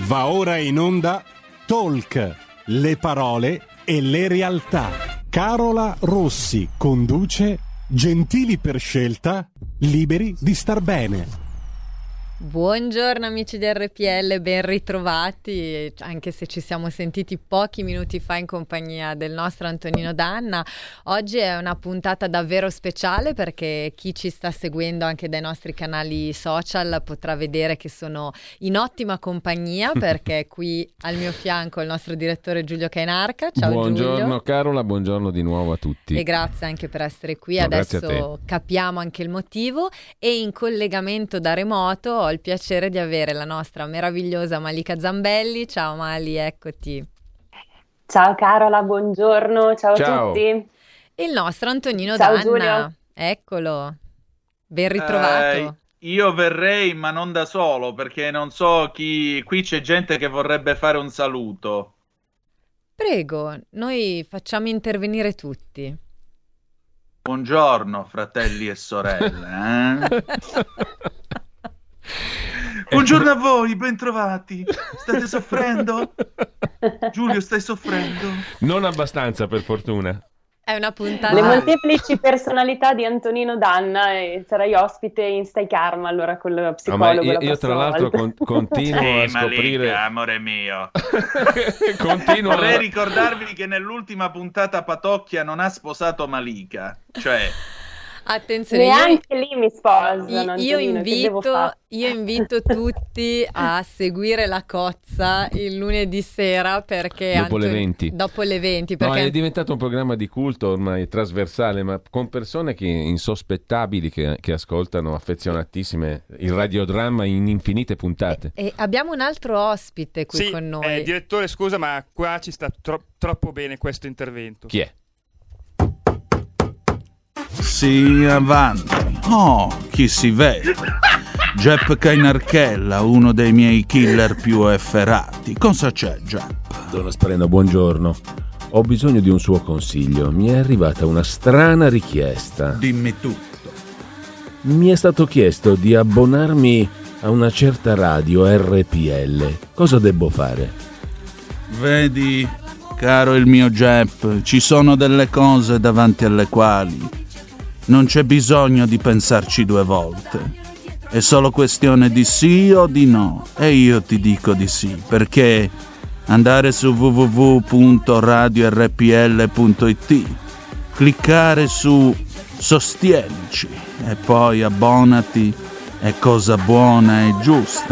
Va ora in onda Talk, le parole e le realtà. Carola Rossi conduce Gentili per scelta, liberi di star bene. Buongiorno amici di RPL, ben ritrovati, anche se ci siamo sentiti pochi minuti fa in compagnia del nostro Antonino Danna. Oggi è una puntata davvero speciale perché chi ci sta seguendo anche dai nostri canali social potrà vedere che sono in ottima compagnia, perché qui al mio fianco il nostro direttore Giulio Cainarca. Ciao buongiorno Giulio. Carola, buongiorno di nuovo a tutti. E grazie anche per essere qui, No, adesso capiamo anche il motivo. E in collegamento da remoto ho il piacere di avere la nostra meravigliosa Malika Zambelli. Ciao Mali, eccoti. Ciao Carola, buongiorno, ciao a tutti. E il nostro Antonino Ciao, Danna, Giulio. Eccolo, ben ritrovato. Io verrei, ma non da solo, perché non so chi... Qui c'è gente che vorrebbe fare un saluto. Prego, noi facciamo intervenire tutti. Buongiorno, fratelli e sorelle. Buongiorno a voi, bentrovati. State soffrendo? Giulio, stai soffrendo? Non abbastanza, per fortuna. È una puntata. Le molteplici personalità di Antonino Danna, e sarai ospite in Stai Karma allora con lo psicologo. Io tra l'altro continuo a scoprire. Malika, amore mio. Continuo Vorrei ricordarvi che nell'ultima puntata Patocchia non ha sposato Malika. Cioè... Attenzione, neanche lì mi sposano. Io Antonino, che devo fare? invito tutti a seguire la Cozza il lunedì sera, perché dopo le 20. Dopo le 20, No, perché è diventato un programma di culto ormai trasversale, ma con persone insospettabili che ascoltano affezionatissime il radiodramma in infinite puntate. E abbiamo un altro ospite qui con noi. Direttore, scusa, ma qua ci sta troppo bene questo intervento. Chi è? Sì, avanti. Oh, chi si vede? Jepp Cainarchella, uno dei miei killer più efferati. Cosa c'è, Jepp? Don Aspreno, buongiorno. Ho bisogno di un suo consiglio. Mi è arrivata una strana richiesta. Dimmi tutto. Mi è stato chiesto di abbonarmi a una certa radio RPL. Cosa debbo fare? Vedi, caro il mio Jepp, ci sono delle cose davanti alle quali non c'è bisogno di pensarci due volte. È solo questione di sì o di no. E io ti dico di sì, perché andare su www.radiorpl.it, cliccare su Sostienici e poi abbonati è cosa buona e giusta.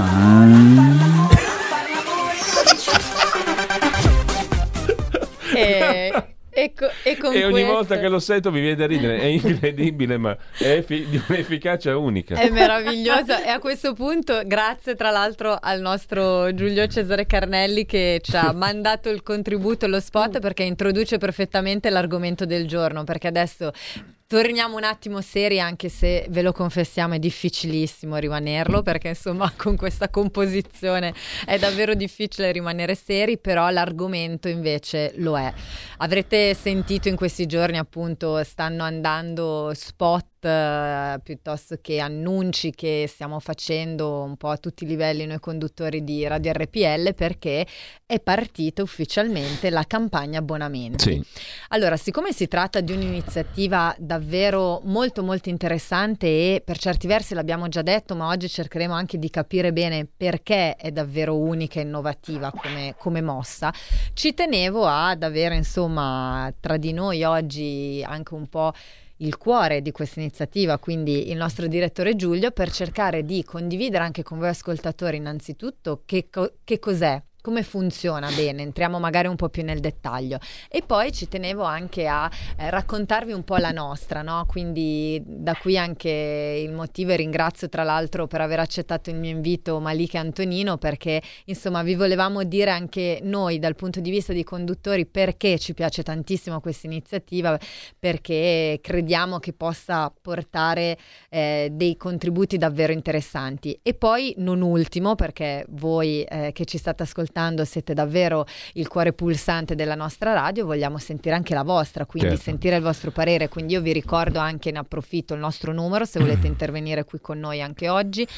E con ogni questo... volta che lo sento mi viene da ridere, è incredibile, ma è di un'efficacia unica. È meraviglioso. E a questo punto grazie tra l'altro al nostro Giulio Cesare Carnelli che ci ha mandato il contributo, lo spot, perché introduce perfettamente l'argomento del giorno, perché adesso torniamo un attimo seri, anche se ve lo confessiamo è difficilissimo rimanerlo, perché insomma con questa composizione è davvero difficile rimanere seri, però l'argomento invece lo è. Avrete sentito in questi giorni, appunto, stanno andando spot piuttosto che annunci che stiamo facendo un po' a tutti i livelli noi conduttori di Radio RPL, perché è partita ufficialmente la campagna abbonamenti. Sì. Allora, siccome si tratta di un'iniziativa davvero molto molto interessante e per certi versi l'abbiamo già detto, ma oggi cercheremo anche di capire bene perché è davvero unica e innovativa come mossa, ci tenevo ad avere insomma tra di noi oggi anche un po' il cuore di questa iniziativa, quindi il nostro direttore Giulio, per cercare di condividere anche con voi ascoltatori innanzitutto che cos'è, come funziona bene, entriamo magari un po' più nel dettaglio, e poi ci tenevo anche a raccontarvi un po' la nostra, no? Quindi da qui anche il motivo, e ringrazio tra l'altro per aver accettato il mio invito Malika e Antonino, perché insomma vi volevamo dire anche noi dal punto di vista di conduttori perché ci piace tantissimo questa iniziativa, perché crediamo che possa portare dei contributi davvero interessanti. E poi non ultimo, perché voi che ci state ascoltando ascoltando siete davvero il cuore pulsante della nostra radio, vogliamo sentire anche la vostra, quindi certo, sentire il vostro parere. Quindi io vi ricordo anche, ne approfitto, il nostro numero se volete intervenire qui con noi anche oggi,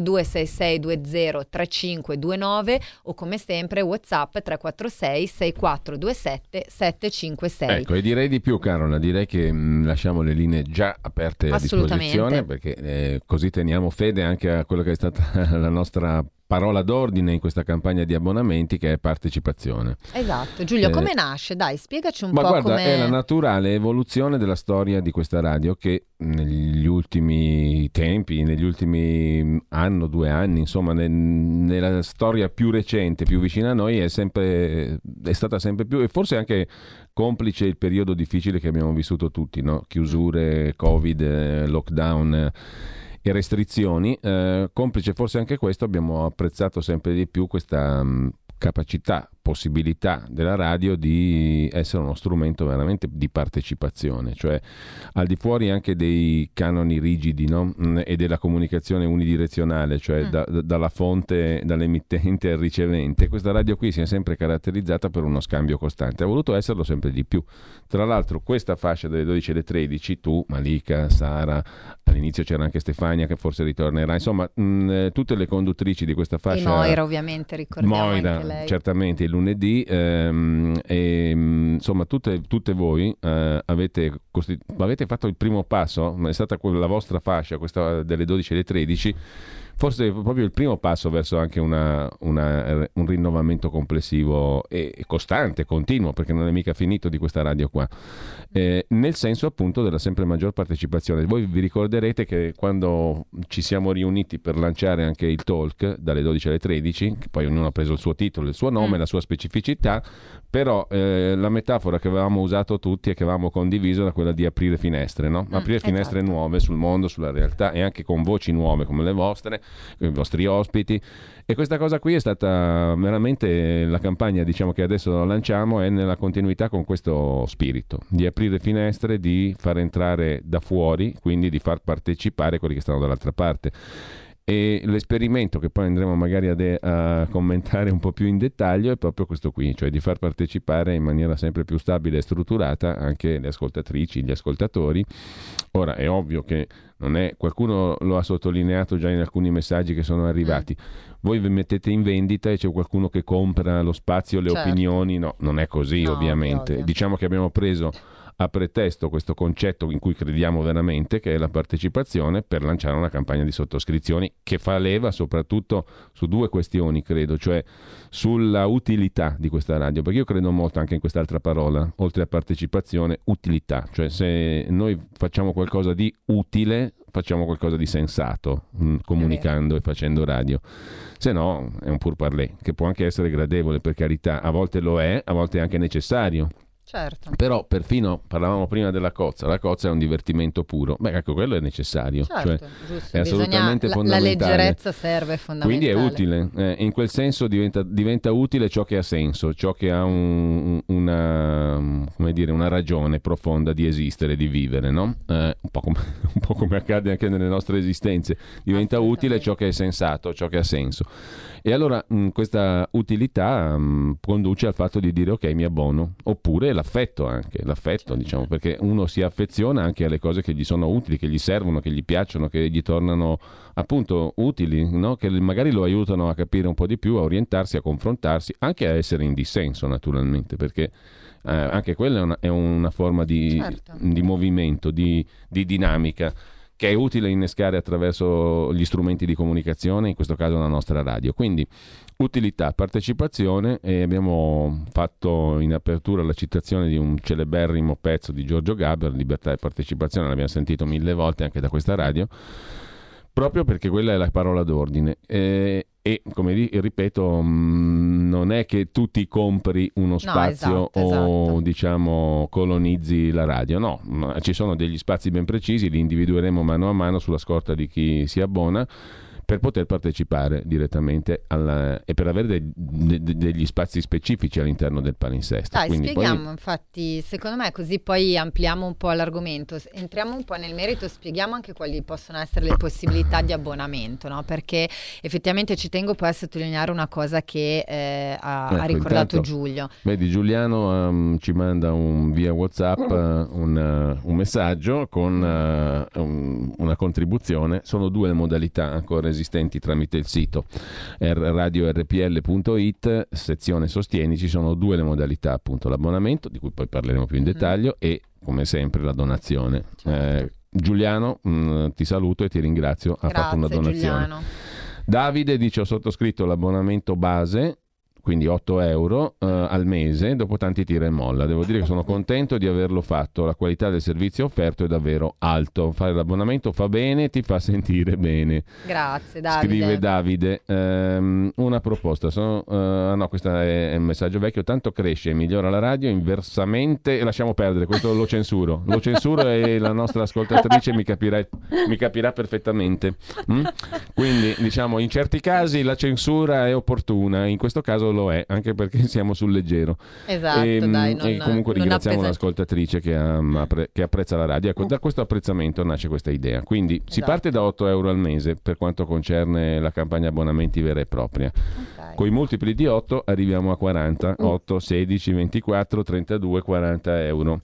0266203529, o come sempre WhatsApp 346 6427 756. Ecco, e direi di più, Carola, direi che lasciamo le linee già aperte a disposizione, perché così teniamo fede anche a quello che è stata la nostra parola d'ordine in questa campagna di abbonamenti, che è partecipazione. Esatto. Giulio, come nasce? Dai, spiegaci un po' guarda, come... è la naturale evoluzione della storia di questa radio, che negli ultimi tempi, negli ultimi anno, 2 anni, insomma, nella storia più recente, più vicina a noi, è stata sempre più, e forse anche complice il periodo difficile che abbiamo vissuto tutti, no? Chiusure, Covid, lockdown e restrizioni, complice forse anche questo, abbiamo apprezzato sempre di più questa capacità, possibilità della radio di essere uno strumento veramente di partecipazione, cioè al di fuori anche dei canoni rigidi, no? E della comunicazione unidirezionale, cioè dalla fonte, dall'emittente al ricevente. Questa radio qui si è sempre caratterizzata per uno scambio costante, ha voluto esserlo sempre di più. Tra l'altro questa fascia delle 12 alle 13, tu, Malika, Sara, all'inizio c'era anche Stefania che forse ritornerà, insomma tutte le conduttrici di questa fascia, e Moira ovviamente, ricordiamo Moira, anche lei, certamente il lunedì, insomma tutte voi avete fatto il primo passo, è stata la vostra fascia, questa delle 12 alle 13, forse proprio il primo passo verso anche un rinnovamento complessivo e costante, continuo, perché non è mica finito di questa radio qua, nel senso appunto della sempre maggior partecipazione. Voi vi ricorderete che quando ci siamo riuniti per lanciare anche il talk dalle 12 alle 13, che poi ognuno ha preso il suo titolo, il suo nome, la sua specificità, però la metafora che avevamo usato tutti e che avevamo condiviso era quella di aprire finestre, no? Aprire finestre nuove sul mondo, sulla realtà, e anche con voci nuove come le vostre, con i vostri ospiti. E questa cosa qui è stata veramente la campagna, diciamo, che adesso lanciamo, è nella continuità con questo spirito di aprire finestre, di far entrare da fuori, quindi di far partecipare quelli che stanno dall'altra parte. E l'esperimento che poi andremo magari a commentare un po' più in dettaglio è proprio questo qui, cioè di far partecipare in maniera sempre più stabile e strutturata anche le ascoltatrici, gli ascoltatori. Ora è ovvio che non è, qualcuno lo ha sottolineato già in alcuni messaggi che sono arrivati, voi vi mettete in vendita e c'è qualcuno che compra lo spazio, le opinioni, no, non è così, no, ovviamente. Ovvio. Diciamo che abbiamo preso a pretesto questo concetto in cui crediamo veramente, che è la partecipazione, per lanciare una campagna di sottoscrizioni che fa leva soprattutto su 2 questioni, credo, cioè sulla utilità di questa radio, perché io credo molto anche in quest'altra parola, oltre a partecipazione, utilità, cioè se noi facciamo qualcosa di utile, facciamo qualcosa di sensato, comunicando e facendo radio, se no è un pourparlers, che può anche essere gradevole, per carità, a volte lo è, a volte è anche necessario. Certo. Però perfino, parlavamo prima della cozza, la cozza è un divertimento puro, beh, ecco, quello è necessario, certo, cioè, giusto. è assolutamente fondamentale. La leggerezza serve, è fondamentale. Quindi è utile, in quel senso diventa utile ciò che ha senso, ciò che ha una ragione profonda di esistere, di vivere, no? Un po' come accade anche nelle nostre esistenze, diventa utile ciò che è sensato, ciò che ha senso. E allora questa utilità conduce al fatto di dire ok, mi abbono, oppure l'affetto anche, certo, diciamo, perché uno si affeziona anche alle cose che gli sono utili, che gli servono, che gli piacciono, che gli tornano appunto utili, no? Che magari lo aiutano a capire un po' di più, a orientarsi, a confrontarsi, anche a essere in dissenso naturalmente, perché anche quella è una forma di movimento, di dinamica, che è utile innescare attraverso gli strumenti di comunicazione, in questo caso la nostra radio. Quindi utilità, partecipazione, e abbiamo fatto in apertura la citazione di un celeberrimo pezzo di Giorgio Gaber, Libertà e partecipazione, l'abbiamo sentito 1000 volte anche da questa radio, proprio perché quella è la parola d'ordine. E come ripeto, non è che tu ti compri uno spazio esatto. Diciamo colonizzi la radio, no, ci sono degli spazi ben precisi, li individueremo mano a mano sulla scorta di chi si abbona, per poter partecipare direttamente e per avere degli spazi specifici all'interno del palinsesto. Dai, quindi spieghiamo, poi... infatti, secondo me così poi ampliamo un po' l'argomento, entriamo un po' nel merito, spieghiamo anche quali possono essere le possibilità di abbonamento, no? Perché effettivamente ci tengo poi a sottolineare una cosa che ha ricordato intanto, Giulio. Vedi, Giuliano ci manda via WhatsApp un messaggio con una contribuzione. Sono 2 le modalità ancora esistenti tramite il sito radiorpl.it, sezione sostieni. Ci sono 2 le modalità, appunto l'abbonamento, di cui poi parleremo più in dettaglio, e come sempre la donazione. Certo. Giuliano, ti saluto e ti ringrazio. Ha fatto una donazione. Giuliano. Davide dice: ho sottoscritto l'abbonamento base, quindi 8 euro al mese, dopo tanti tira e molla. Devo dire che sono contento di averlo fatto, la qualità del servizio offerto è davvero alto, fare l'abbonamento fa bene, ti fa sentire bene. Grazie Davide. Scrive Davide. Una proposta, no, questo è un messaggio vecchio: tanto cresce e migliora la radio, inversamente, lasciamo perdere, questo lo censuro e la nostra ascoltatrice mi capirà perfettamente. Quindi diciamo, in certi casi la censura è opportuna, in questo caso lo è, anche perché siamo sul leggero. Esatto, e dai, comunque ringraziamo un'ascoltatrice che apprezza la radio. Ecco, da questo apprezzamento nasce questa idea. Quindi si parte da 8 euro al mese per quanto concerne la campagna abbonamenti vera e propria. Okay. Con i multipli di 8 arriviamo a 40, 8, 16, 24, 32, 40 euro.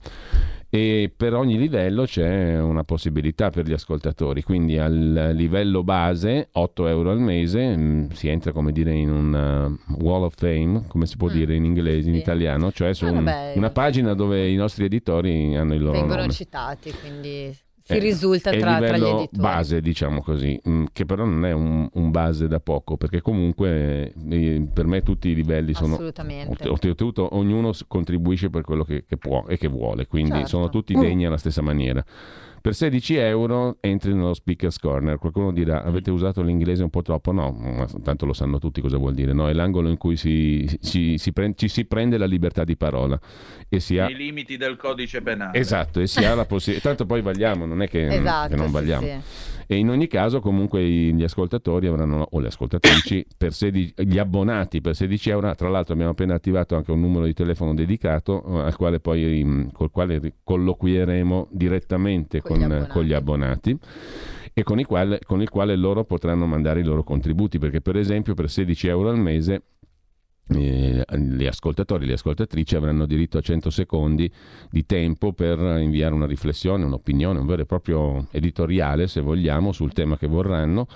E per ogni livello c'è una possibilità per gli ascoltatori, quindi al livello base 8 euro al mese si entra, come dire, in un wall of fame, come si può dire in inglese, in italiano, cioè su una pagina dove i nostri editori hanno il loro nome. Vengono citati, quindi si risulta tra gli editori. Base, diciamo così, che però non è un base da poco, perché comunque per me tutti i livelli sono... Assolutamente. Oltretutto ognuno contribuisce per quello che può e che vuole, quindi certo, sono tutti degni alla stessa maniera. Per 16 euro entri nello Speaker's Corner. Qualcuno dirà: avete usato l'inglese un po' troppo? No, ma tanto lo sanno tutti cosa vuol dire, no? È l'angolo in cui ci si prende la libertà di parola e si ha... i limiti del codice penale. Esatto, e si ha la possibilità. Tanto poi vagliamo, non è che, esatto, che non vagliamo. Sì. E in ogni caso comunque gli ascoltatori avranno, o le ascoltatrici, gli abbonati per 16 euro. Tra l'altro abbiamo appena attivato anche un numero di telefono dedicato al quale poi col quale colloquieremo direttamente con gli abbonati e con il quale loro potranno mandare i loro contributi, perché per esempio per 16 euro al mese gli ascoltatori e le ascoltatrici avranno diritto a 100 secondi di tempo per inviare una riflessione, un'opinione, un vero e proprio editoriale, se vogliamo, sul tema che vorranno,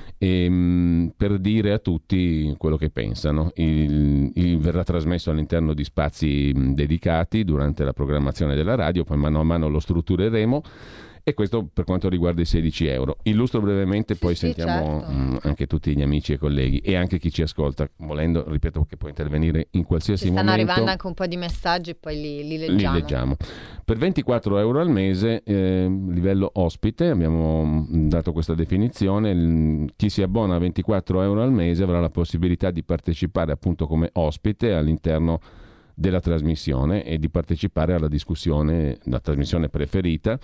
e per dire a tutti quello che pensano. Verrà trasmesso all'interno di spazi dedicati durante la programmazione della radio, poi mano a mano lo struttureremo. E questo per quanto riguarda i 16 euro. Illustro brevemente, poi sentiamo certo, anche tutti gli amici e colleghi e anche chi ci ascolta, volendo, ripeto, che può intervenire in qualsiasi momento. Stanno arrivando anche un po' di messaggi, poi li leggiamo. Per 24 euro al mese, livello ospite, abbiamo dato questa definizione. Chi si abbona a 24 euro al mese avrà la possibilità di partecipare appunto come ospite all'interno della trasmissione e di partecipare alla discussione, la trasmissione preferita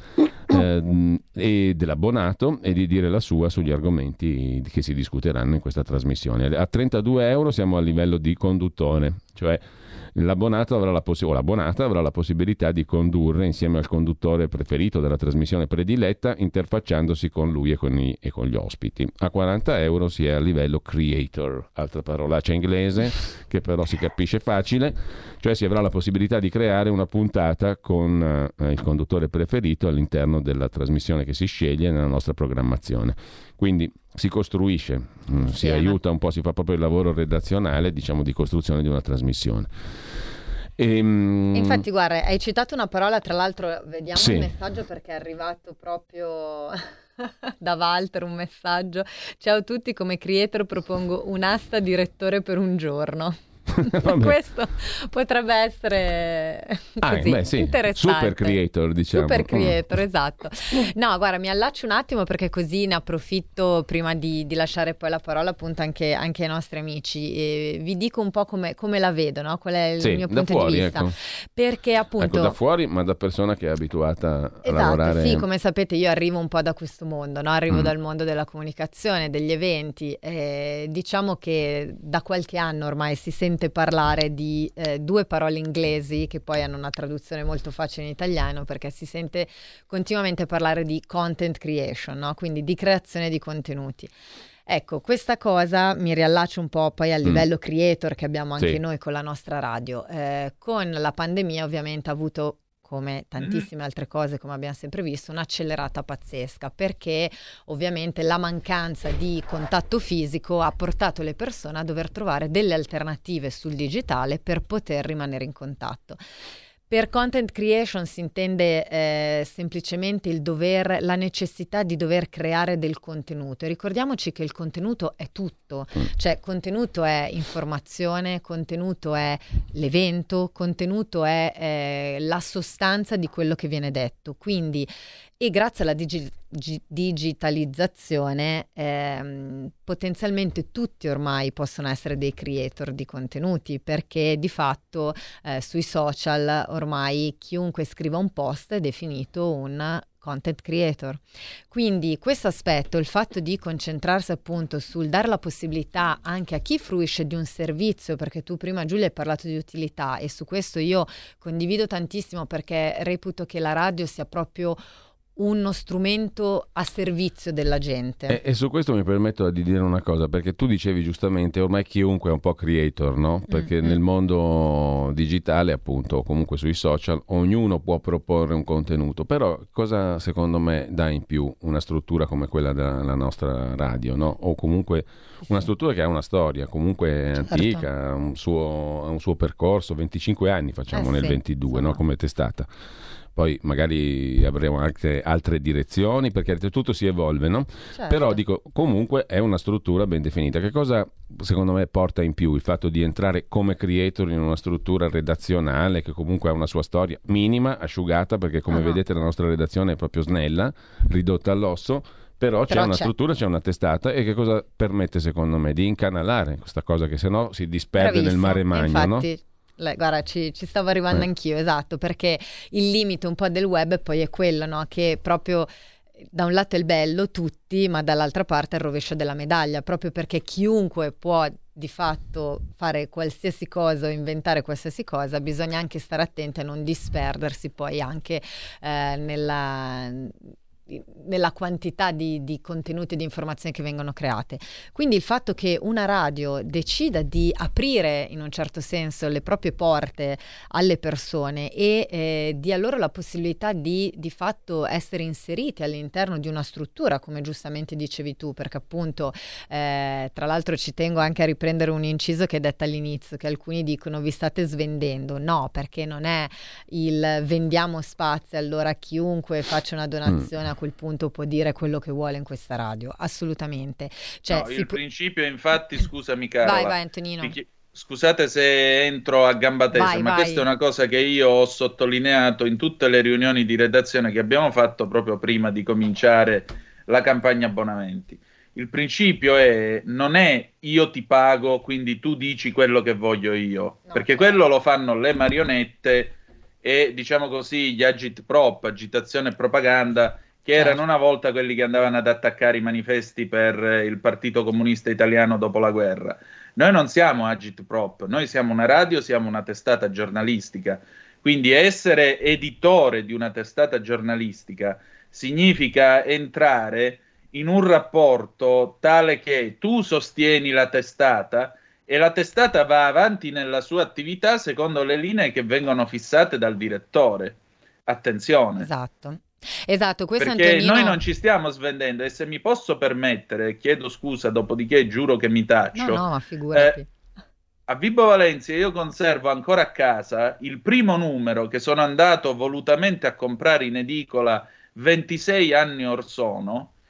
e dell'abbonato, e di dire la sua sugli argomenti che si discuteranno in questa trasmissione. A 32 euro siamo a livello di conduttore, cioè l'abbonato avrà l'abbonata avrà la possibilità di condurre insieme al conduttore preferito della trasmissione prediletta, interfacciandosi con lui e con gli ospiti. A 40 euro si è a livello creator, altra parolaccia inglese che però si capisce facile, cioè si avrà la possibilità di creare una puntata con il conduttore preferito all'interno della trasmissione che si sceglie nella nostra programmazione. Quindi si costruisce, si aiuta un po', si fa proprio il lavoro redazionale, diciamo, di costruzione di una trasmissione. Infatti, guarda, hai citato una parola, tra l'altro vediamo sì, il messaggio, perché è arrivato proprio da Walter un messaggio: ciao a tutti, come creator propongo un'asta direttore per un giorno. Questo potrebbe essere così, sì. interessante. Super creator, diciamo. Super creator, esatto. No, guarda, mi allaccio un attimo perché così ne approfitto prima di lasciare poi la parola appunto anche ai nostri amici. E vi dico un po' come la vedo, no? Qual è il mio punto fuori, di vista. ecco. Perché appunto... Ecco, da fuori, ma da persona che è abituata a esatto, lavorare... sì, come sapete io arrivo un po' da questo mondo, no? Arrivo dal mondo della comunicazione, degli eventi. Diciamo che da qualche anno ormai si sente parlare di due parole inglesi che poi hanno una traduzione molto facile in italiano, perché si sente continuamente parlare di content creation, no? Quindi di creazione di contenuti. Ecco, questa cosa mi riallaccio un po' poi al livello creator che abbiamo anche noi con la nostra radio. Con la pandemia ovviamente ha avuto, come tantissime altre cose, come abbiamo sempre visto, un'accelerata pazzesca, perché ovviamente la mancanza di contatto fisico ha portato le persone a dover trovare delle alternative sul digitale per poter rimanere in contatto. Per content creation si intende semplicemente la necessità di dover creare del contenuto. E ricordiamoci che il contenuto è tutto, cioè contenuto è informazione, contenuto è l'evento, contenuto è la sostanza di quello che viene detto. Quindi, e grazie alla digitalizzazione potenzialmente tutti ormai possono essere dei creator di contenuti, perché di fatto sui social ormai chiunque scriva un post è definito un content creator. Quindi questo aspetto, il fatto di concentrarsi appunto sul dare la possibilità anche a chi fruisce di un servizio, perché tu prima Giulia hai parlato di utilità e su questo io condivido tantissimo, perché reputo che la radio sia proprio uno strumento a servizio della gente. E su questo mi permetto di dire una cosa, perché tu dicevi giustamente ormai chiunque è un po' creator, no? Perché nel mondo digitale appunto, o comunque sui social, ognuno può proporre un contenuto, però cosa secondo me dà in più una struttura come quella della nostra radio, no? O comunque una struttura che ha una storia comunque antica, ha un suo percorso, 25 anni facciamo nel 22, no? Come testata. Poi magari avremo anche altre direzioni, perché tutto si evolve, no? Certo. Però dico, comunque è una struttura ben definita. Che cosa secondo me porta in più? Il fatto di entrare come creator in una struttura redazionale che comunque ha una sua storia minima, asciugata, perché come vedete la nostra redazione è proprio snella, ridotta all'osso. Però c'è una struttura, c'è una testata, e che cosa permette secondo me? Di incanalare questa cosa che sennò si disperde nel mare magno, infatti, no? Guarda, ci stavo arrivando anch'io, esatto, perché il limite un po' del web poi è quello, no? Che proprio da un lato è il bello, tutti, ma dall'altra parte è il rovescio della medaglia, proprio perché chiunque può di fatto fare qualsiasi cosa o inventare qualsiasi cosa, bisogna anche stare attenti a non disperdersi poi anche nella quantità di contenuti e di informazioni che vengono create. Quindi il fatto che una radio decida di aprire in un certo senso le proprie porte alle persone e dia loro la possibilità di fatto essere inseriti all'interno di una struttura, come giustamente dicevi tu, perché appunto tra l'altro ci tengo anche a riprendere un inciso che hai detto all'inizio, che alcuni dicono vi state svendendo. No, perché non è il vendiamo spazio, allora chiunque faccia una donazione a quel punto può dire quello che vuole in questa radio, assolutamente. Cioè, no, il principio infatti, scusami Carola, vai Antonino. Scusate se entro a gamba tesa, ma questa è una cosa che io ho sottolineato in tutte le riunioni di redazione che abbiamo fatto proprio prima di cominciare la campagna abbonamenti. Il principio non è io ti pago, quindi tu dici quello che voglio io, perché quello lo fanno le marionette e, diciamo così, gli agitprop, agitazione e propaganda, che erano una volta quelli che andavano ad attaccare i manifesti per il Partito Comunista Italiano dopo la guerra. Noi non siamo agitprop, noi siamo una radio, siamo una testata giornalistica. Quindi essere editore di una testata giornalistica significa entrare in un rapporto tale che tu sostieni la testata e la testata va avanti nella sua attività secondo le linee che vengono fissate dal direttore. Attenzione. Esatto, questo perché Antonino... noi non ci stiamo svendendo, e se mi posso permettere, chiedo scusa, dopodiché giuro che mi taccio. No, ma figurati. A Vibo Valencia io conservo ancora a casa il primo numero che sono andato volutamente a comprare in edicola 26 anni or sono,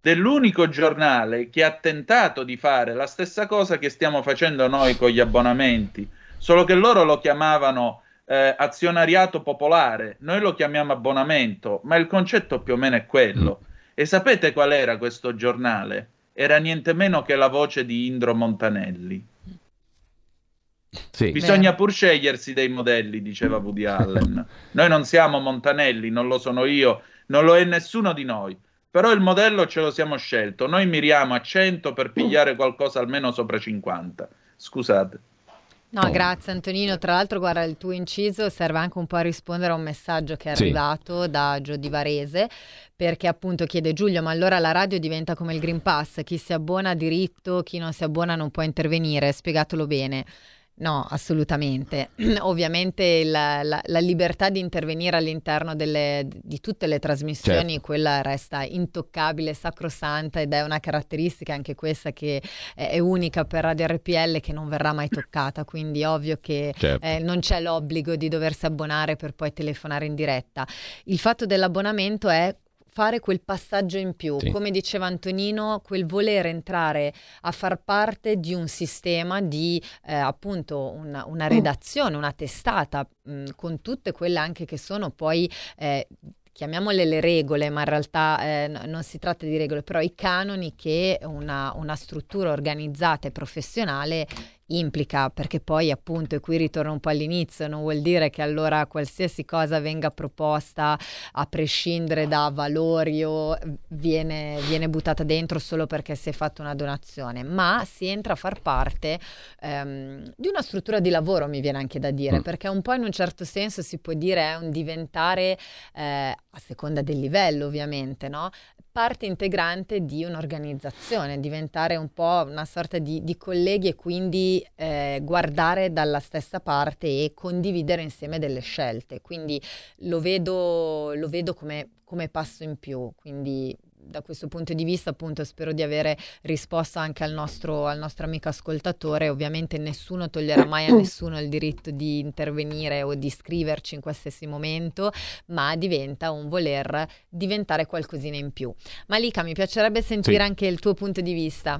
dell'unico giornale che ha tentato di fare la stessa cosa che stiamo facendo noi con gli abbonamenti, solo che loro lo chiamavano azionariato popolare, noi lo chiamiamo abbonamento, ma il concetto più o meno è quello. E sapete qual era questo giornale? Era niente meno che La Voce di Indro Montanelli. Sì. Bisogna pur scegliersi dei modelli, diceva Woody Allen. Noi non siamo Montanelli, non lo sono io, non lo è nessuno di noi, però il modello ce lo siamo scelto. Noi miriamo a 100 per pigliare qualcosa almeno sopra 50. Scusate. No, grazie Antonino. Tra l'altro, guarda, il tuo inciso serve anche un po' a rispondere a un messaggio che è arrivato da Gio di Varese, perché appunto chiede: Giulio, ma allora la radio diventa come il Green Pass, chi si abbona ha diritto, chi non si abbona non può intervenire? Spiegatelo bene. No, assolutamente. Ovviamente la libertà di intervenire all'interno di tutte le trasmissioni, certo, quella resta intoccabile, sacrosanta, ed è una caratteristica anche questa che è unica per Radio RPL, che non verrà mai toccata, quindi ovvio che certo, non c'è l'obbligo di doversi abbonare per poi telefonare in diretta. Il fatto dell'abbonamento è fare quel passaggio in più, come diceva Antonino, quel voler entrare a far parte di un sistema, di appunto una redazione, una testata, con tutte quelle anche che sono poi chiamiamole le regole, ma in realtà non si tratta di regole, però i canoni che una struttura organizzata e professionale implica, perché poi appunto, e qui ritorno un po' all'inizio, non vuol dire che allora qualsiasi cosa venga proposta a prescindere da valori o viene buttata dentro solo perché si è fatta una donazione, ma si entra a far parte di una struttura di lavoro, mi viene anche da dire, perché un po' in un certo senso si può dire è un diventare, a seconda del livello ovviamente, no? Parte integrante di un'organizzazione, diventare un po' una sorta di colleghi e quindi guardare dalla stessa parte e condividere insieme delle scelte. Quindi lo vedo come passo in più. Quindi da questo punto di vista appunto spero di avere risposto anche al nostro amico ascoltatore. Ovviamente nessuno toglierà mai a nessuno il diritto di intervenire o di scriverci in qualsiasi momento, ma diventa un voler diventare qualcosina in più. Malika, mi piacerebbe sentire anche il tuo punto di vista.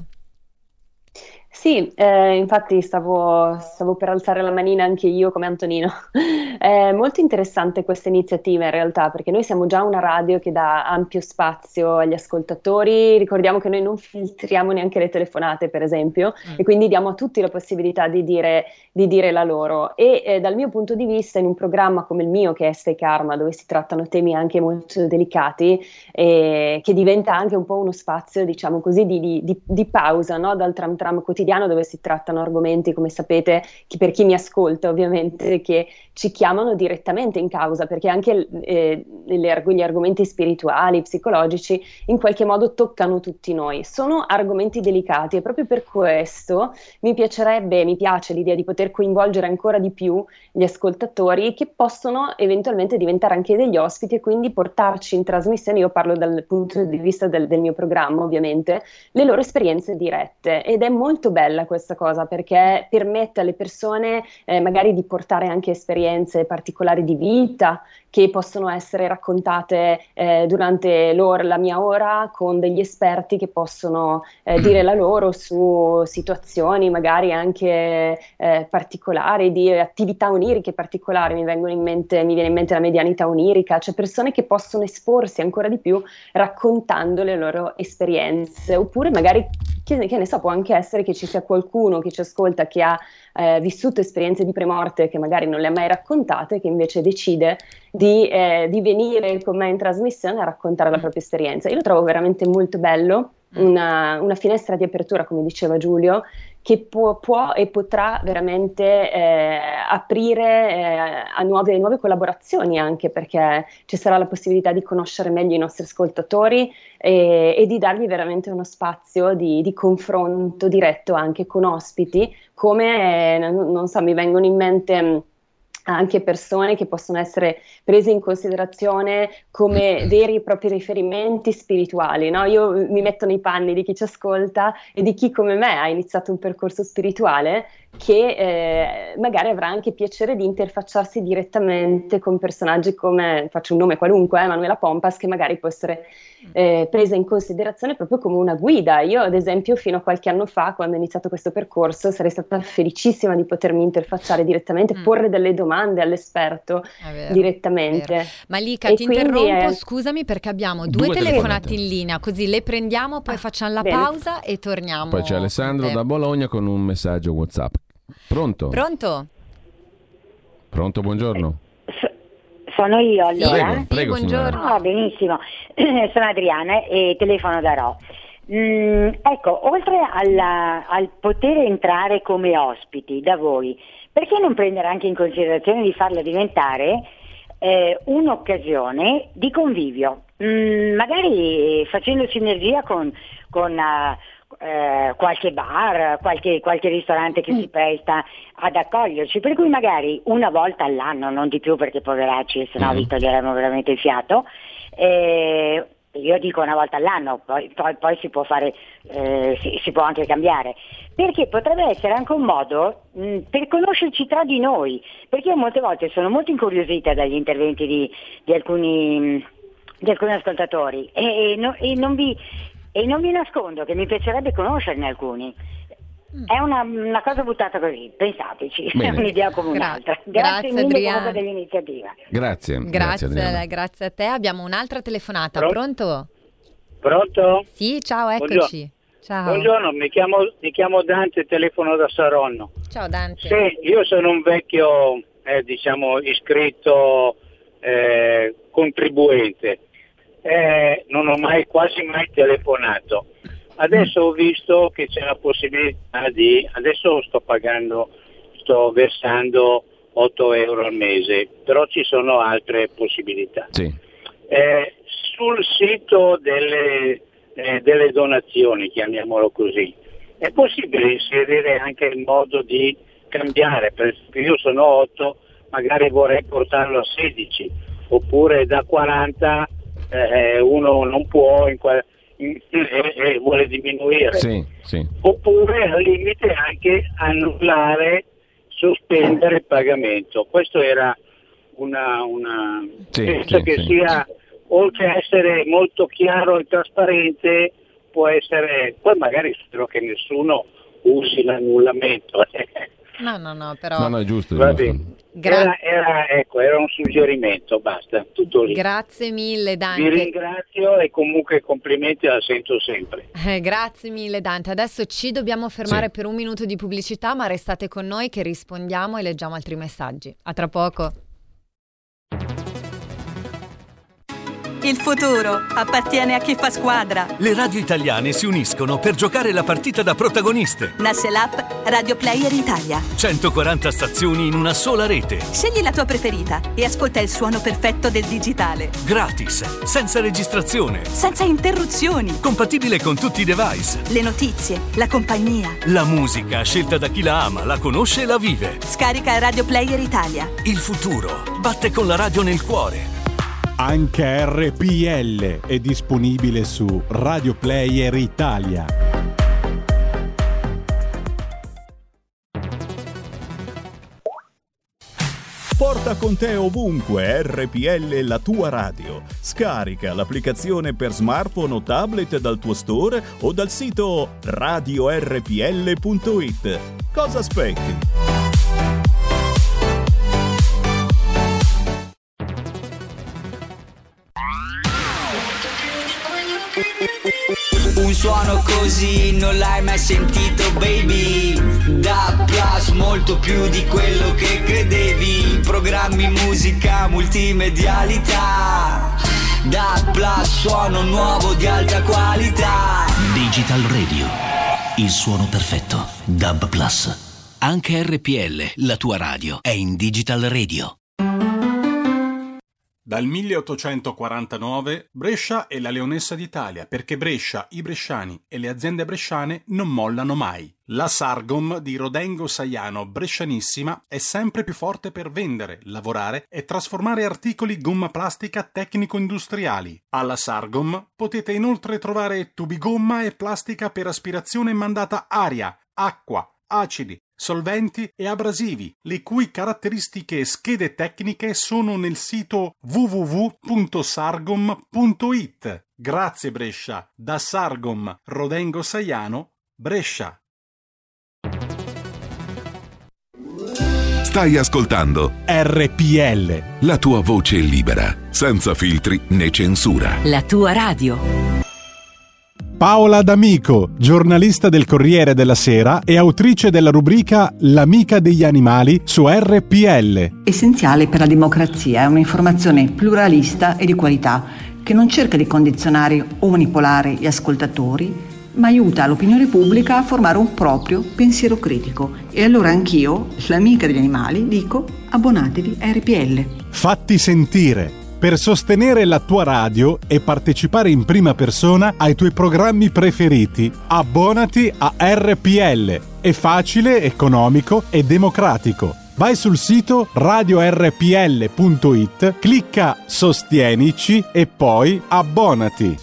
Sì, infatti stavo per alzare la manina anche io come Antonino. È molto interessante questa iniziativa in realtà, perché noi siamo già una radio che dà ampio spazio agli ascoltatori. Ricordiamo che noi non filtriamo neanche le telefonate, per esempio, e quindi diamo a tutti la possibilità di dire la loro. E dal mio punto di vista, in un programma come il mio, che è Stay Karma, dove si trattano temi anche molto delicati, che diventa anche un po' uno spazio, diciamo così, di pausa, no? Dal tram quotidiano, dove si trattano argomenti, come sapete, per chi mi ascolta ovviamente, che ci chiamano direttamente in causa, perché anche gli argomenti spirituali, psicologici, in qualche modo toccano tutti noi. Sono argomenti delicati e proprio per questo mi piace l'idea di poter coinvolgere ancora di più gli ascoltatori, che possono eventualmente diventare anche degli ospiti e quindi portarci in trasmissione. Io parlo dal punto di vista del mio programma, ovviamente, le loro esperienze dirette, ed è molto bella questa cosa, perché permette alle persone magari di portare anche esperienze particolari di vita che possono essere raccontate durante la mia ora, con degli esperti che possono dire la loro su situazioni magari anche particolari, di attività oniriche particolari. Mi viene in mente la medianità onirica, cioè persone che possono esporsi ancora di più raccontando le loro esperienze, oppure magari che ne so, può anche essere che ci sia qualcuno che ci ascolta che ha vissuto esperienze di premorte che magari non le ha mai raccontate, che invece decide di venire con me in trasmissione a raccontare la propria esperienza. Io lo trovo veramente molto bello, una finestra di apertura, come diceva Giulio, che può e potrà veramente aprire a nuove collaborazioni, anche perché ci sarà la possibilità di conoscere meglio i nostri ascoltatori e di dargli veramente uno spazio di confronto diretto anche con ospiti, come, non so, mi vengono in mente anche persone che possono essere prese in considerazione come veri e propri riferimenti spirituali, no? Io mi metto nei panni di chi ci ascolta e di chi come me ha iniziato un percorso spirituale, che magari avrà anche piacere di interfacciarsi direttamente con personaggi come, faccio un nome qualunque, Manuela Pompas, che magari può essere presa in considerazione proprio come una guida. Io ad esempio fino a qualche anno fa, quando ho iniziato questo percorso, sarei stata felicissima di potermi interfacciare direttamente, porre delle domande all'esperto direttamente. Malika, ti interrompo, scusami, perché abbiamo due telefonate in linea, così le prendiamo, poi facciamo la pausa e torniamo. Poi c'è Alessandro da Bologna con un messaggio WhatsApp. Pronto? Pronto, buongiorno. Sono io allora? Prego, buongiorno. Benissimo, sono Adriana e telefono da Rho. Ecco, oltre al poter entrare come ospiti da voi, perché non prendere anche in considerazione di farla diventare un'occasione di convivio, magari facendo sinergia con qualche bar, qualche ristorante che si presta ad accoglierci, per cui magari una volta all'anno, non di più perché poveracci, se no vi toglieremo veramente il fiato, io dico una volta all'anno, poi si può fare, si può anche cambiare, perché potrebbe essere anche un modo per conoscerci tra di noi, perché io molte volte sono molto incuriosita dagli interventi di alcuni ascoltatori e non vi nascondo che mi piacerebbe conoscerne alcuni. È una cosa buttata così, pensateci, è un'idea come un'altra. Grazie mille comunque dell'iniziativa. Grazie a te. Abbiamo un'altra telefonata. Pronto? Pronto? Sì, ciao, eccoci. Ciao. Buongiorno, mi chiamo Dante, telefono da Saronno. Ciao Dante. Sì, io sono un vecchio, iscritto contribuente. Non ho quasi mai telefonato. Adesso ho visto che c'è la possibilità adesso sto versando 8 euro al mese, però ci sono altre possibilità. Sì. Sul sito delle donazioni, chiamiamolo così, è possibile inserire anche il modo di cambiare, perché io sono 8, magari vorrei portarlo a 16, oppure da 40 uno non può e vuole diminuire, sì. Oppure al limite anche annullare, sospendere il pagamento. Questo era penso che sia, oltre a essere molto chiaro e trasparente, può essere, poi magari spero che nessuno usi l'annullamento. No, però no, è giusto. Va bene. Era un suggerimento, basta, tutto lì. Grazie mille Dante. Vi ringrazio e comunque complimenti, la sento sempre. Grazie mille Dante. Adesso ci dobbiamo fermare per un minuto di pubblicità, ma restate con noi che rispondiamo e leggiamo altri messaggi. A tra poco. Il futuro appartiene a chi fa squadra. Le radio italiane si uniscono per giocare la partita da protagoniste. Nasce l'app Radio Player Italia. 140 stazioni in una sola rete. Scegli la tua preferita e ascolta il suono perfetto del digitale. Gratis, senza registrazione. Senza interruzioni. Compatibile con tutti i device. Le notizie, la compagnia. La musica scelta da chi la ama, la conosce e la vive. Scarica Radio Player Italia. Il futuro batte con la radio nel cuore. Anche RPL è disponibile su Radio Player Italia. Porta con te ovunque RPL, la tua radio. Scarica l'applicazione per smartphone o tablet dal tuo store o dal sito radiorpl.it. Cosa aspetti? Un suono così non l'hai mai sentito, baby. Da Plus, molto più di quello che credevi. Programmi, musica, multimedialità. Da Plus, suono nuovo di alta qualità. Digital Radio, il suono perfetto. DAB Plus. Anche RPL, la tua radio, è in Digital Radio. Dal 1849 Brescia è la leonessa d'Italia, perché Brescia, i bresciani e le aziende bresciane non mollano mai. La Sargom di Rodengo Saiano, brescianissima, è sempre più forte per vendere, lavorare e trasformare articoli gomma plastica tecnico-industriali. Alla Sargom potete inoltre trovare tubi gomma e plastica per aspirazione mandata aria, acqua, acidi, solventi e abrasivi, le cui caratteristiche e schede tecniche sono nel sito www.sargom.it. Grazie Brescia, da Sargom Rodengo Saiano, Brescia. Stai ascoltando RPL, la tua voce libera, senza filtri né censura. La tua radio. Paola D'Amico, giornalista del Corriere della Sera e autrice della rubrica L'amica degli animali su RPL. Essenziale per la democrazia è un'informazione pluralista e di qualità che non cerca di condizionare o manipolare gli ascoltatori, ma aiuta l'opinione pubblica a formare un proprio pensiero critico. E allora anch'io, l'amica degli animali, dico: abbonatevi a RPL. Fatti sentire per sostenere la tua radio e partecipare in prima persona ai tuoi programmi preferiti. Abbonati a RPL. È facile, economico e democratico. Vai sul sito radiorpl.it, clicca Sostienici e poi abbonati.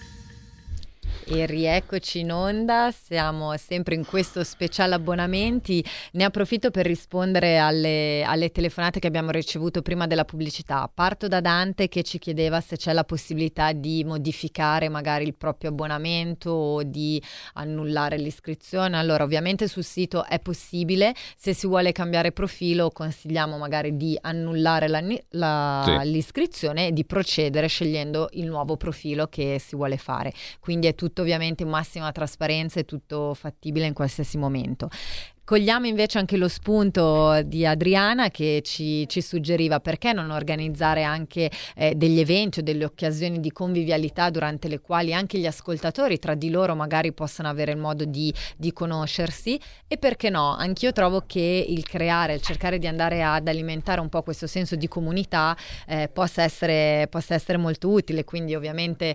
E rieccoci in onda, siamo sempre in questo speciale abbonamenti. Ne approfitto per rispondere alle telefonate che abbiamo ricevuto prima della pubblicità. Parto da Dante che ci chiedeva se c'è la possibilità di modificare magari il proprio abbonamento o di annullare l'iscrizione. Allora, ovviamente sul sito è possibile. Se si vuole cambiare profilo consigliamo magari di annullare l'iscrizione e di procedere scegliendo il nuovo profilo che si vuole fare. Quindi è tutto ovviamente in massima trasparenza e tutto fattibile in qualsiasi momento. Cogliamo invece anche lo spunto di Adriana che ci suggeriva perché non organizzare anche degli eventi o delle occasioni di convivialità durante le quali anche gli ascoltatori tra di loro magari possano avere il modo di conoscersi, e perché no, anch'io trovo che il cercare di andare ad alimentare un po' questo senso di comunità possa essere molto utile, quindi ovviamente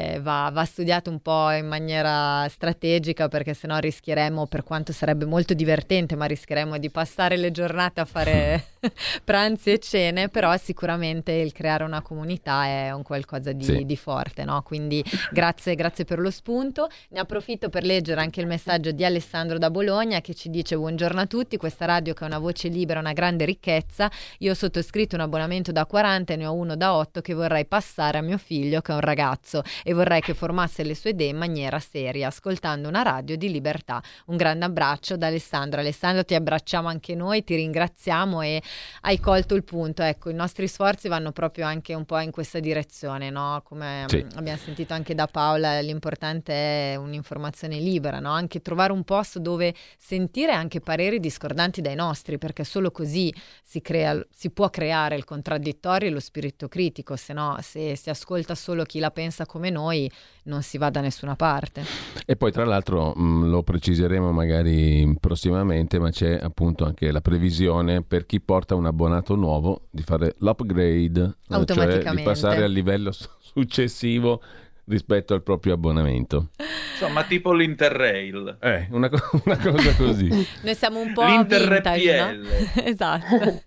va studiato un po' in maniera strategica, perché sennò rischieremo, per quanto sarebbe molto divertente, ma rischieremo di passare le giornate a fare pranzi e cene, però sicuramente il creare una comunità è un qualcosa di forte, no? Quindi grazie per lo spunto. Ne approfitto per leggere anche il messaggio di Alessandro da Bologna che ci dice: buongiorno a tutti, questa radio che è una voce libera è una grande ricchezza. Io ho sottoscritto un abbonamento da 40 e ne ho uno da 8 che vorrei passare a mio figlio che è un ragazzo e vorrei che formasse le sue idee in maniera seria ascoltando una radio di libertà. Un grande abbraccio da Alessandro. Alessandro, ti abbracciamo anche noi, ti ringraziamo e hai colto il punto. Ecco, i nostri sforzi vanno proprio anche un po' in questa direzione, no? Come abbiamo sentito anche da Paola, l'importante è un'informazione libera, no? Anche trovare un posto dove sentire anche pareri discordanti dai nostri, perché solo così si può creare il contraddittorio e lo spirito critico, se no se si ascolta solo chi la pensa come noi non si va da nessuna parte. E poi tra l'altro lo preciseremo magari prossimamente, ma c'è appunto anche la previsione per chi porta un abbonato nuovo di fare l'upgrade, automaticamente, cioè di passare al livello successivo rispetto al proprio abbonamento. Insomma, tipo l'Interrail. Una cosa così. Noi siamo un po' l'Inter-RPL. no? Esatto.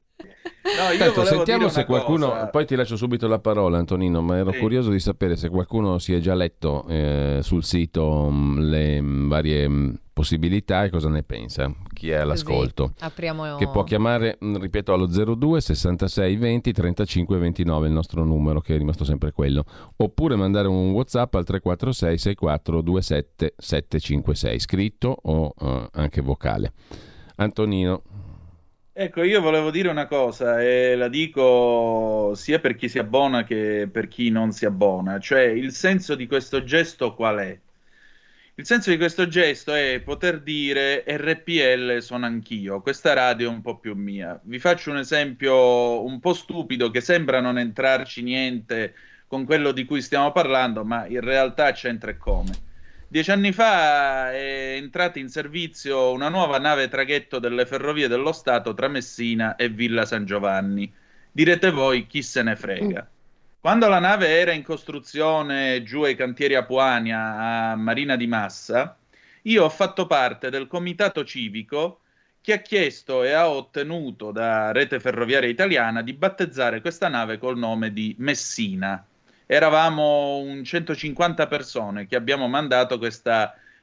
No, io Tanto, sentiamo dire se qualcuno, cosa. Poi ti lascio subito la parola Antonino, ma ero curioso di sapere se qualcuno si è già letto sul sito le varie possibilità e cosa ne pensa, chi è all'ascolto. Apriamo... Che può chiamare, ripeto, allo 02 66 20 35 29, il nostro numero che è rimasto sempre quello, oppure mandare un WhatsApp al 346 64 27 756, scritto o anche vocale. Antonino. Ecco, io volevo dire una cosa e la dico sia per chi si abbona che per chi non si abbona, cioè il senso di questo gesto qual è? Il senso di questo gesto è poter dire RPL sono anch'io, questa radio è un po' più mia. Vi faccio un esempio un po' stupido che sembra non entrarci niente con quello di cui stiamo parlando, ma in realtà c'entra e come. 10 anni fa è entrata in servizio una nuova nave traghetto delle Ferrovie dello Stato tra Messina e Villa San Giovanni. Direte voi, chi se ne frega? Quando la nave era in costruzione giù ai cantieri Apuania a Marina di Massa, io ho fatto parte del comitato civico che ha chiesto e ha ottenuto da Rete Ferroviaria Italiana di battezzare questa nave col nome di Messina. Eravamo un 150 persone che abbiamo mandato questa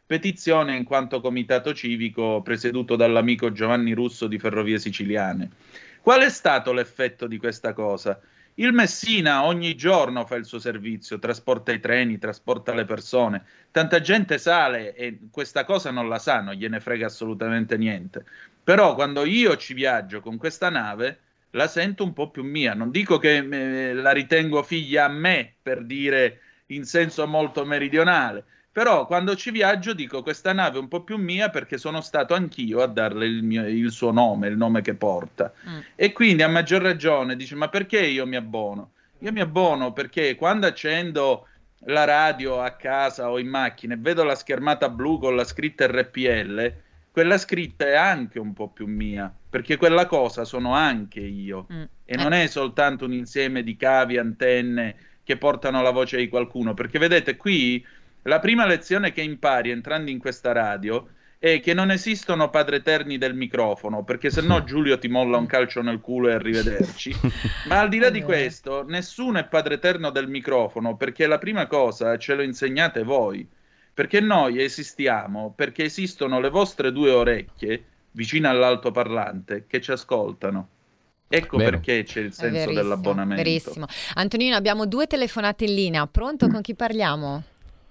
petizione in quanto comitato civico presieduto dall'amico Giovanni Russo di Ferrovie Siciliane. Qual è stato l'effetto di questa cosa? Il Messina ogni giorno fa il suo servizio, trasporta i treni, trasporta le persone, tanta gente sale e questa cosa non la sa, non gliene frega assolutamente niente. Però quando io ci viaggio con questa nave la sento un po' più mia, non dico che la ritengo figlia a me, per dire in senso molto meridionale, però quando ci viaggio dico questa nave è un po' più mia perché sono stato anch'io a darle il suo nome, il nome che porta. E quindi a maggior ragione dice, ma perché io mi abbono? Io mi abbono perché quando accendo la radio a casa o in macchina e vedo la schermata blu con la scritta RPL, quella scritta è anche un po' più mia, perché quella cosa sono anche io e non è soltanto un insieme di cavi, antenne che portano la voce di qualcuno, perché vedete qui la prima lezione che impari entrando in questa radio è che non esistono padreterni del microfono, perché se no Giulio ti molla un calcio nel culo e arrivederci. Ma al di là di questo, nessuno è padreterno del microfono, perché la prima cosa ce lo insegnate voi, perché noi esistiamo, perché esistono le vostre 2 orecchie vicino all'altoparlante che ci ascoltano. Ecco perché c'è il senso dell'abbonamento. Verissimo. Antonino, abbiamo 2 telefonate in linea. Pronto? Con chi parliamo?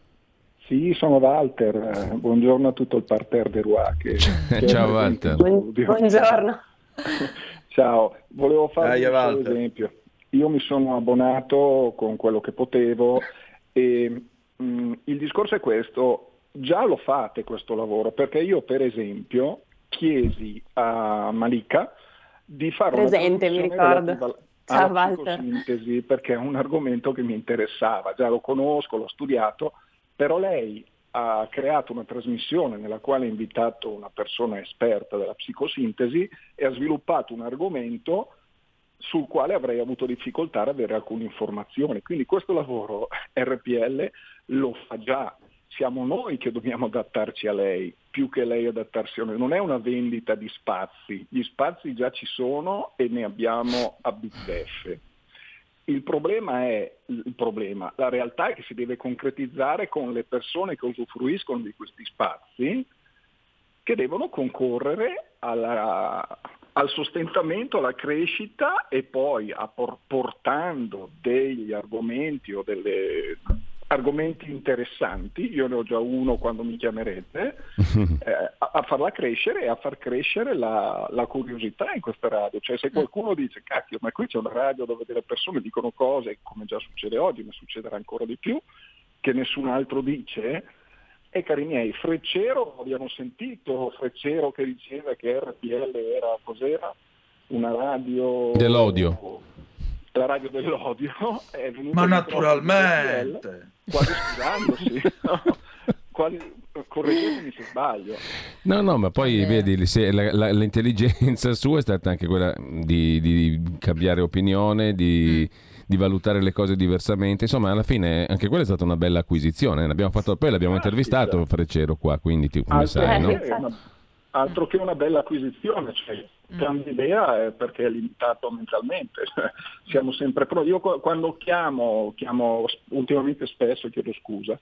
Sì, sono Walter, buongiorno a tutto il parterre de Roi. Ciao Walter. Buongiorno. Ciao, volevo fare un esempio. Io mi sono abbonato con quello che potevo e il discorso è questo, già lo fate questo lavoro, perché io per esempio chiesi a Malika di fare presente, mi ricordo. Ciao Walter. Psicosintesi, perché è un argomento che mi interessava, già lo conosco, l'ho studiato, però lei ha creato una trasmissione nella quale ha invitato una persona esperta della psicosintesi e ha sviluppato un argomento sul quale avrei avuto difficoltà ad avere alcune informazioni. Quindi questo lavoro RPL lo fa già, siamo noi che dobbiamo adattarci a lei, più che lei adattarsi a noi. Non è una vendita di spazi, gli spazi già ci sono e ne abbiamo a bizzeffe. La realtà è che si deve concretizzare con le persone che usufruiscono di questi spazi, che devono concorrere al sostentamento, alla crescita e poi portando degli argomenti o delle argomenti interessanti, io ne ho già uno quando mi chiamerete, a farla crescere e a far crescere la curiosità in questa radio. Cioè se qualcuno dice cacchio, ma qui c'è una radio dove delle persone dicono cose, come già succede oggi, ma succederà ancora di più, che nessun altro dice, e cari miei, Freccero, abbiamo sentito Freccero che diceva che RPL era, cos'era? Una radio dell'odio. La radio dell'odio è venuta, ma naturalmente, quasi scusandosi, correggetemi se sbaglio. No, ma poi vedi, l'intelligenza sua è stata anche quella di cambiare opinione, di valutare le cose diversamente. Insomma, alla fine anche quella è stata una bella acquisizione. Poi l'abbiamo intervistato Freccero qua, quindi come sai, no? Altro che una bella acquisizione, cioè cambia idea perché è limitato mentalmente, siamo sempre pronti. Io quando chiamo ultimamente spesso, chiedo scusa,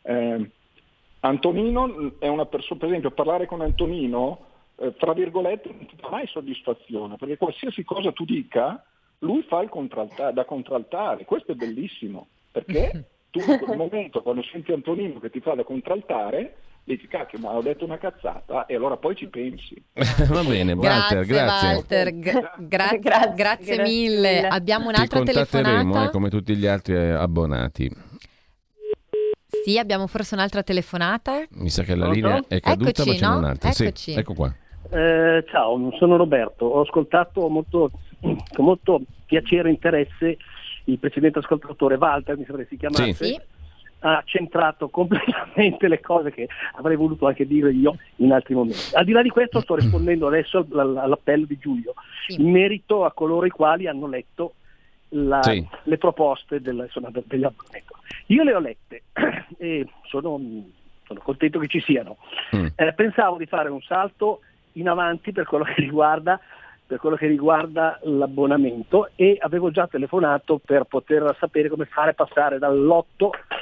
Antonino è una persona, per esempio parlare con Antonino tra virgolette non ti dà mai soddisfazione, perché qualsiasi cosa tu dica lui fa da contraltare. Questo è bellissimo, perché tu in quel momento quando senti Antonino che ti fa da contraltare dici cacchio, ma ho detto una cazzata, e allora poi ci pensi. Va bene, Walter, grazie. Grazie mille. Abbiamo un'altra telefonata. Ti contatteremo come tutti gli altri abbonati. Sì, abbiamo forse un'altra telefonata. Mi sa che la linea è caduta, ma ce n'è un'altra. Eccoci. Sì, ecco qua. Ciao, sono Roberto. Ho ascoltato con molto piacere e interesse il precedente ascoltatore Walter, mi sembra che si chiamasse. Sì. Ha centrato completamente le cose che avrei voluto anche dire io in altri momenti. Al di là di questo sto rispondendo adesso all'appello di Giulio in merito a coloro i quali hanno letto le proposte degli abbonamenti. Io le ho lette e sono contento che ci siano. Pensavo di fare un salto in avanti per quello che riguarda l'abbonamento, e avevo già telefonato per poter sapere come fare passare dall'8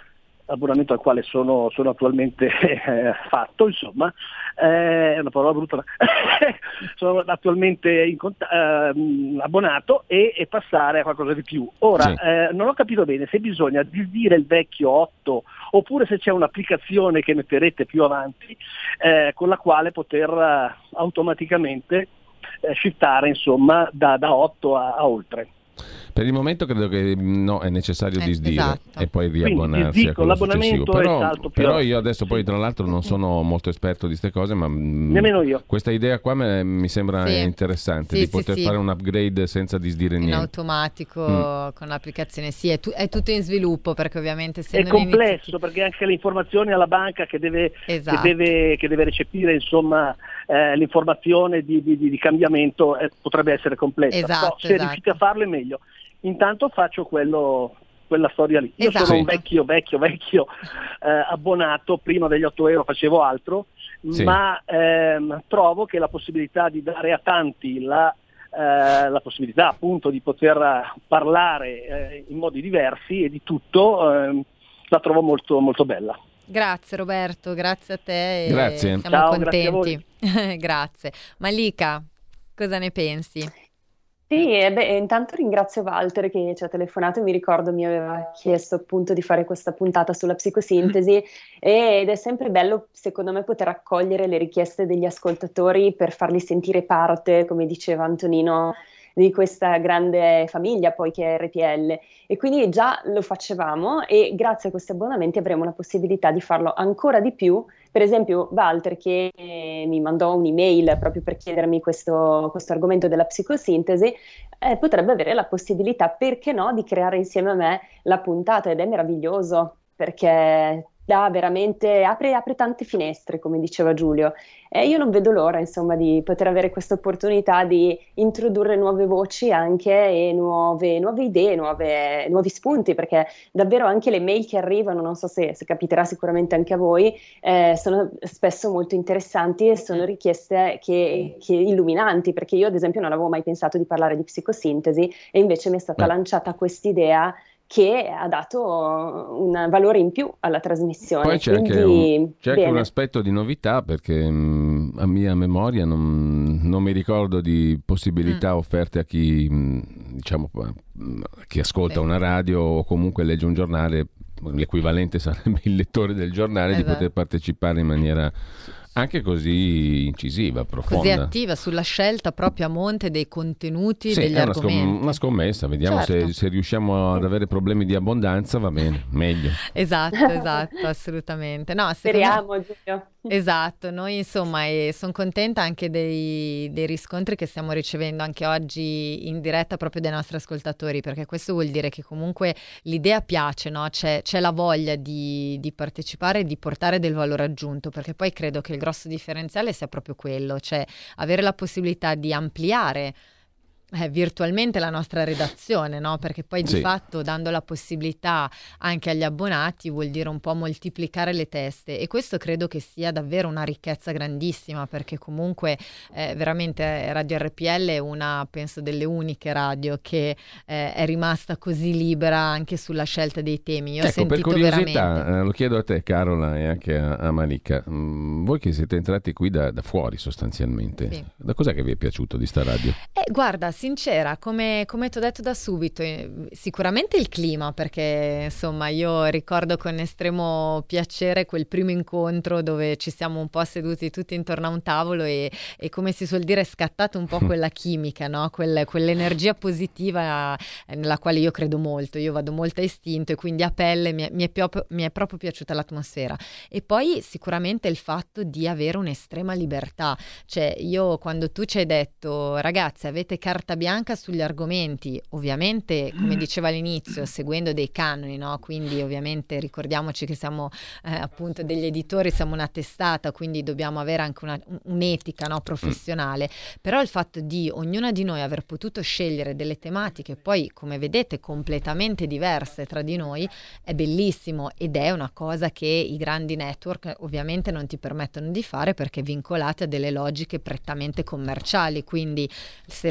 abbonamento al quale sono attualmente fatto, insomma, è una parola brutta, sono attualmente abbonato e passare a qualcosa di più. Ora, sì. Non ho capito bene se bisogna disdire il vecchio 8 oppure se c'è un'applicazione che metterete più avanti con la quale poter automaticamente shiftare, insomma da 8 a oltre. Per il momento credo che no, è necessario disdire esatto. e poi riabbonarsi. Quindi disdico, l'abbonamento però, è salto più però io adesso poi tra l'altro non sono molto esperto di queste cose, ma nemmeno io. Questa idea qua mi sembra interessante, di poter fare un upgrade senza disdire niente. In automatico con l'applicazione, sì, è tutto in sviluppo, perché ovviamente è complesso, perché anche le informazioni alla banca che deve recepire, insomma, l'informazione di cambiamento potrebbe essere complessa. Esatto, se riuscite a farlo è meglio. Intanto faccio quella storia lì. Io sono un vecchio abbonato, prima degli 8 euro facevo altro, ma trovo che la possibilità di dare a tanti la possibilità appunto di poter parlare in modi diversi e di tutto la trovo molto, molto bella. Grazie Roberto, grazie a te. Grazie. Siamo Ciao, contenti. Grazie. Malika, cosa ne pensi? Sì, intanto ringrazio Walter che ci ha telefonato e mi ricordo mi aveva chiesto appunto di fare questa puntata sulla psicosintesi ed è sempre bello secondo me poter accogliere le richieste degli ascoltatori per farli sentire parte, come diceva Antonino, di questa grande famiglia poi che è RPL, e quindi già lo facevamo e grazie a questi abbonamenti avremo la possibilità di farlo ancora di più. Per esempio Walter che mi mandò un'email proprio per chiedermi questo argomento della psicosintesi, potrebbe avere la possibilità, perché no, di creare insieme a me la puntata, ed è meraviglioso perché apre tante finestre, come diceva Giulio, e io non vedo l'ora insomma di poter avere questa opportunità di introdurre nuove voci anche e nuove idee, nuovi spunti, perché davvero anche le mail che arrivano, non so se capiterà sicuramente anche a voi, sono spesso molto interessanti e sono richieste che illuminanti, perché io ad esempio non avevo mai pensato di parlare di psicosintesi e invece mi è stata lanciata quest'idea che ha dato un valore in più alla trasmissione. Poi c'è anche un aspetto di novità, perché a mia memoria non mi ricordo di possibilità offerte a chi chi ascolta una radio o comunque legge un giornale, l'equivalente sarebbe il lettore del giornale, di poter partecipare in maniera anche così incisiva, profonda. Così attiva sulla scelta proprio a monte dei contenuti, degli argomenti. Una scommessa, vediamo se riusciamo ad avere problemi di abbondanza, va bene, meglio. Esatto, assolutamente. No, speriamo, Giulio. Esatto, noi insomma sono contenta anche dei riscontri che stiamo ricevendo anche oggi in diretta proprio dai nostri ascoltatori, perché questo vuol dire che comunque l'idea piace, no? C'è la voglia di partecipare e di portare del valore aggiunto, perché poi credo che il grosso differenziale sia proprio quello, cioè avere la possibilità di ampliare virtualmente la nostra redazione, no? Perché poi di fatto, dando la possibilità anche agli abbonati, vuol dire un po' moltiplicare le teste, e questo credo che sia davvero una ricchezza grandissima, perché comunque veramente Radio RPL è una, penso, delle uniche radio che è rimasta così libera anche sulla scelta dei temi. Io ho sentito per curiosità, veramente lo chiedo a te Carola e anche a Malika, voi che siete entrati qui da fuori sostanzialmente, da cos'è che vi è piaciuto di sta radio? Guarda, sincera, come ti ho detto da subito, sicuramente il clima, perché insomma io ricordo con estremo piacere quel primo incontro dove ci siamo un po' seduti tutti intorno a un tavolo e come si suol dire è scattata un po' quella chimica, no? Quell'energia positiva nella quale io credo molto, io vado molto a istinto e quindi a pelle mi è proprio piaciuta l'atmosfera. E poi sicuramente il fatto di avere un'estrema libertà, cioè io quando tu ci hai detto ragazzi avete carta bianca sugli argomenti, ovviamente come diceva all'inizio seguendo dei canoni, no? Quindi ovviamente ricordiamoci che siamo appunto degli editori, siamo una testata, quindi dobbiamo avere anche un'etica, no? Professionale, però il fatto di ognuna di noi aver potuto scegliere delle tematiche poi come vedete completamente diverse tra di noi è bellissimo, ed è una cosa che i grandi network ovviamente non ti permettono di fare perché vincolati a delle logiche prettamente commerciali, quindi se l'argomento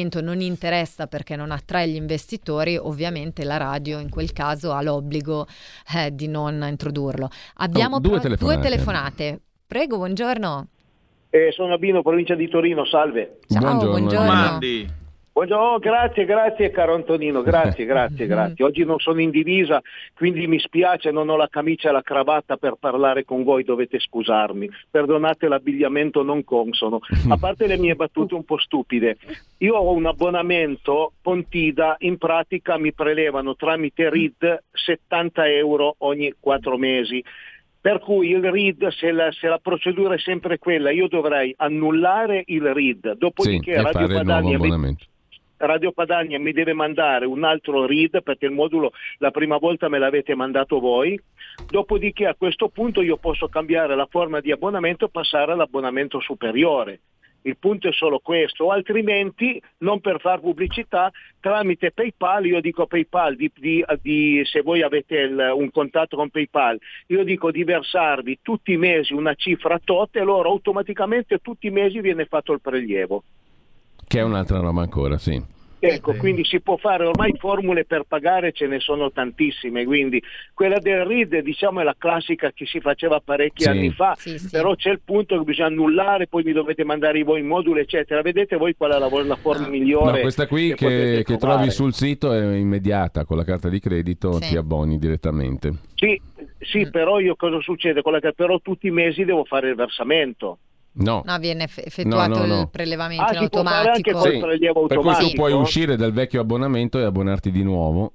l'abbonamento non interessa perché non attrae gli investitori, ovviamente la radio in quel caso ha l'obbligo di non introdurlo. Abbiamo due telefonate. Prego, buongiorno. Sono Albino, provincia di Torino, salve. Ciao, buongiorno. Buongiorno, grazie caro Antonino, grazie. Oggi non sono in divisa, quindi mi spiace, non ho la camicia e la cravatta per parlare con voi, dovete scusarmi. Perdonate l'abbigliamento non consono. A parte le mie battute un po' stupide, io ho un abbonamento Pontida, in pratica mi prelevano tramite RID 70 euro ogni 4 mesi. Per cui il RID, se la procedura è sempre quella, io dovrei annullare il RID, dopodiché Radio Padania mi deve mandare un altro RID perché il modulo la prima volta me l'avete mandato voi, dopodiché a questo punto io posso cambiare la forma di abbonamento e passare all'abbonamento superiore. Il punto è solo questo, altrimenti, non per far pubblicità, tramite PayPal, io dico PayPal, se voi avete un contatto con PayPal, io dico di versarvi tutti i mesi una cifra tot e loro automaticamente tutti i mesi viene fatto il prelievo. Che è un'altra roba ancora, sì. Ecco, quindi si può fare, ormai formule per pagare ce ne sono tantissime, quindi quella del RID diciamo è la classica che si faceva parecchi anni fa, però c'è il punto che bisogna annullare, poi mi dovete mandare voi i moduli eccetera, vedete voi qual è la forma migliore? No, questa qui che trovi sul sito è immediata, con la carta di credito ti abboni direttamente. Sì, però io cosa succede? Però tutti i mesi devo fare il versamento. No, viene effettuato il prelevamento in automatico. Sì, per cui tu puoi uscire dal vecchio abbonamento e abbonarti di nuovo.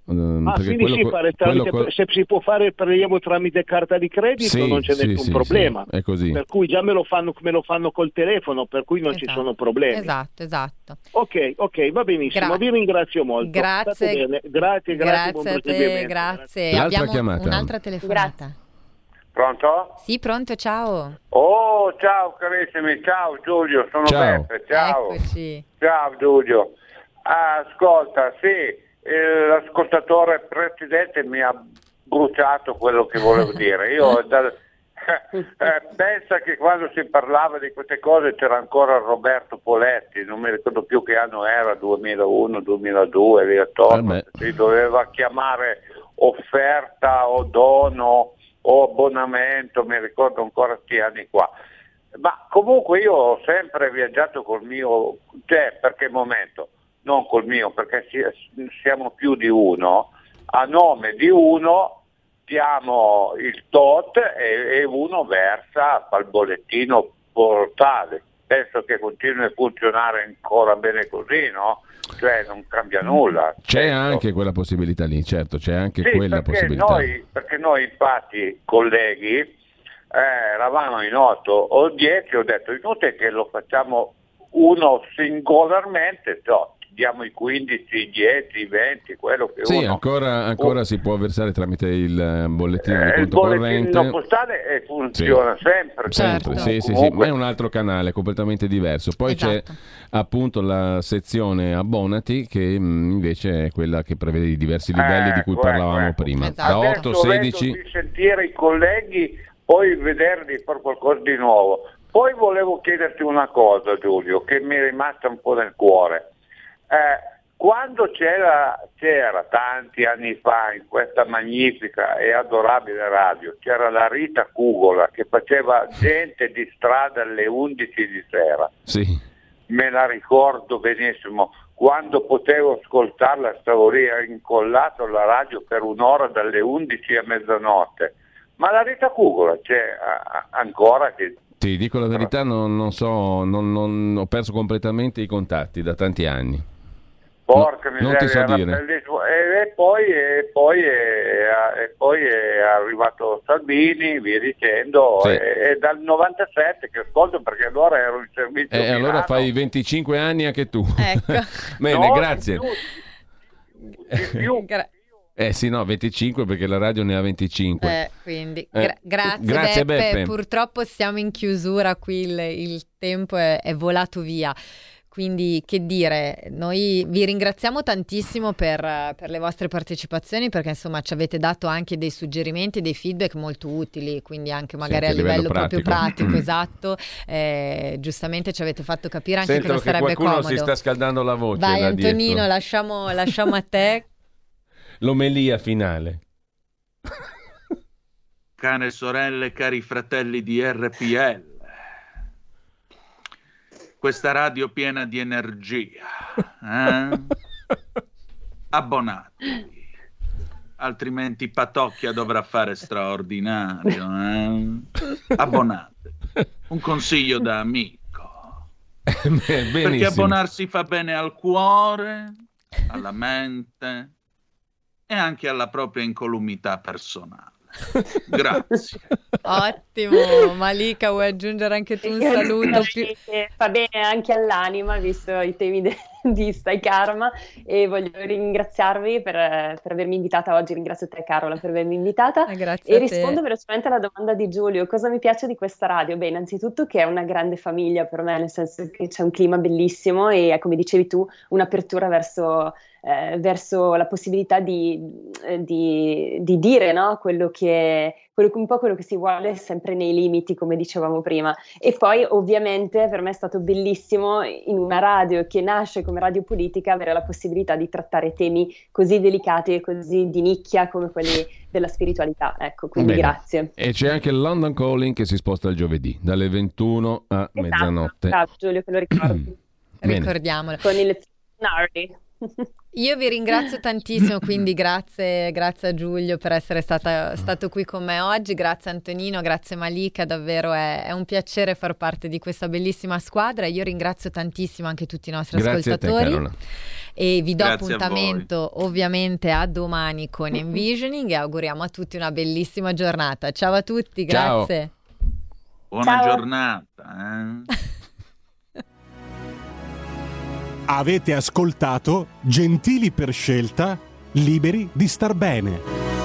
Se si può fare il prelievo tramite carta di credito non c'è nessun problema. È così. Per cui già me lo fanno col telefono, per cui non ci sono problemi. Esatto. Ok, va benissimo. Vi ringrazio molto. Grazie. Grazie a te, grazie. Abbiamo un'altra telefonata. Pronto? Sì, pronto, ciao. Oh, ciao carissimi, ciao Giulio, sono Beppe, ciao. Eccoci. Ciao Giulio. Ascolta, l'ascoltatore precedente mi ha bruciato quello che volevo dire. Io pensa che quando si parlava di queste cose c'era ancora Roberto Poletti, non mi ricordo più che anno era, 2001, 2002, lì attorno, si doveva chiamare offerta o dono o abbonamento, mi ricordo ancora questi anni qua. Ma comunque io ho sempre viaggiato col mio, perché momento, non col mio, perché siamo più di uno, a nome di uno diamo il tot e uno versa al bollettino portale. Penso che continui a funzionare ancora bene così, no? Cioè non cambia nulla. C'è anche quella possibilità lì, certo, c'è anche quella possibilità. Perché noi infatti colleghi eravamo in 8 o 10, ho detto inutile che lo facciamo uno singolarmente, diamo i 15, i 10, i 20, quello che uno... ancora si può versare tramite il bollettino di conto corrente. Il bollettino postale funziona sempre. Sì, ma è un altro canale completamente diverso. Poi c'è appunto la sezione abbonati che invece è quella che prevede i diversi livelli di cui parlavamo prima. Da 8, 16... di sentire i colleghi, poi vederli fare qualcosa di nuovo. Poi volevo chiederti una cosa, Giulio, che mi è rimasta un po' nel cuore. Quando c'era tanti anni fa in questa magnifica e adorabile radio, c'era la Rita Cugola che faceva gente di strada alle 11 di sera. Sì. Me la ricordo benissimo. Quando potevo ascoltarla stavo lì incollato alla radio per un'ora dalle 11 a mezzanotte. Ma la Rita Cugola c'è ancora che... Ti dico la verità, non so, ho perso completamente i contatti da tanti anni. Porca miseria, non ti so dire. E poi è arrivato Salvini, via dicendo, e dal 97 che ascolto perché allora ero in servizio. E allora fai 25 anni anche tu. Ecco. Bene, grazie. Di più. 25 perché la radio ne ha 25. Quindi grazie Beppe. Purtroppo siamo in chiusura qui, il tempo è volato via. quindi che dire, noi vi ringraziamo tantissimo per le vostre partecipazioni, perché insomma ci avete dato anche dei suggerimenti, dei feedback molto utili, quindi anche magari a livello proprio pratico, esatto. Giustamente ci avete fatto capire anche cosa sarebbe comodo. Qualcuno si sta scaldando la voce. Vai Antonino, lasciamo a te l'omelia finale. Care sorelle, cari fratelli di RPL, questa radio piena di energia, abbonatevi, altrimenti Patocchia dovrà fare straordinario, abbonatevi, un consiglio da amico, perché abbonarsi fa bene al cuore, alla mente e anche alla propria incolumità personale. Grazie. Ottimo. Malika, vuoi aggiungere anche tu un saluto? Fa bene anche all'anima, visto i temi di Stai Karma, e voglio ringraziarvi per avermi invitata oggi. Ringrazio te, Carola, per avermi invitata. Grazie e rispondo velocemente alla domanda di Giulio: cosa mi piace di questa radio? Beh, innanzitutto che è una grande famiglia per me, nel senso che c'è un clima bellissimo e, come dicevi tu, un'apertura verso la possibilità di dire, no? quello che un po' quello che si vuole, sempre nei limiti, come dicevamo prima. E poi ovviamente per me è stato bellissimo, in una radio che nasce come radio politica, avere la possibilità di trattare temi così delicati e così di nicchia come quelli della spiritualità. Ecco, quindi bene. Grazie. E c'è anche il London Calling che si sposta il giovedì dalle 21 a mezzanotte. Bravo Giulio, che lo ricordi. Ricordiamolo. Con il Nardi. Io vi ringrazio tantissimo, quindi grazie a Giulio per essere stato qui con me oggi, grazie Antonino, grazie Malika, davvero è un piacere far parte di questa bellissima squadra. Io ringrazio tantissimo anche tutti i nostri ascoltatori. A te, e vi do Grazie appuntamento ovviamente a domani con Envisioning e auguriamo a tutti una bellissima giornata. Ciao a tutti, grazie. Buona giornata. Avete ascoltato Gentili per scelta, liberi di star bene.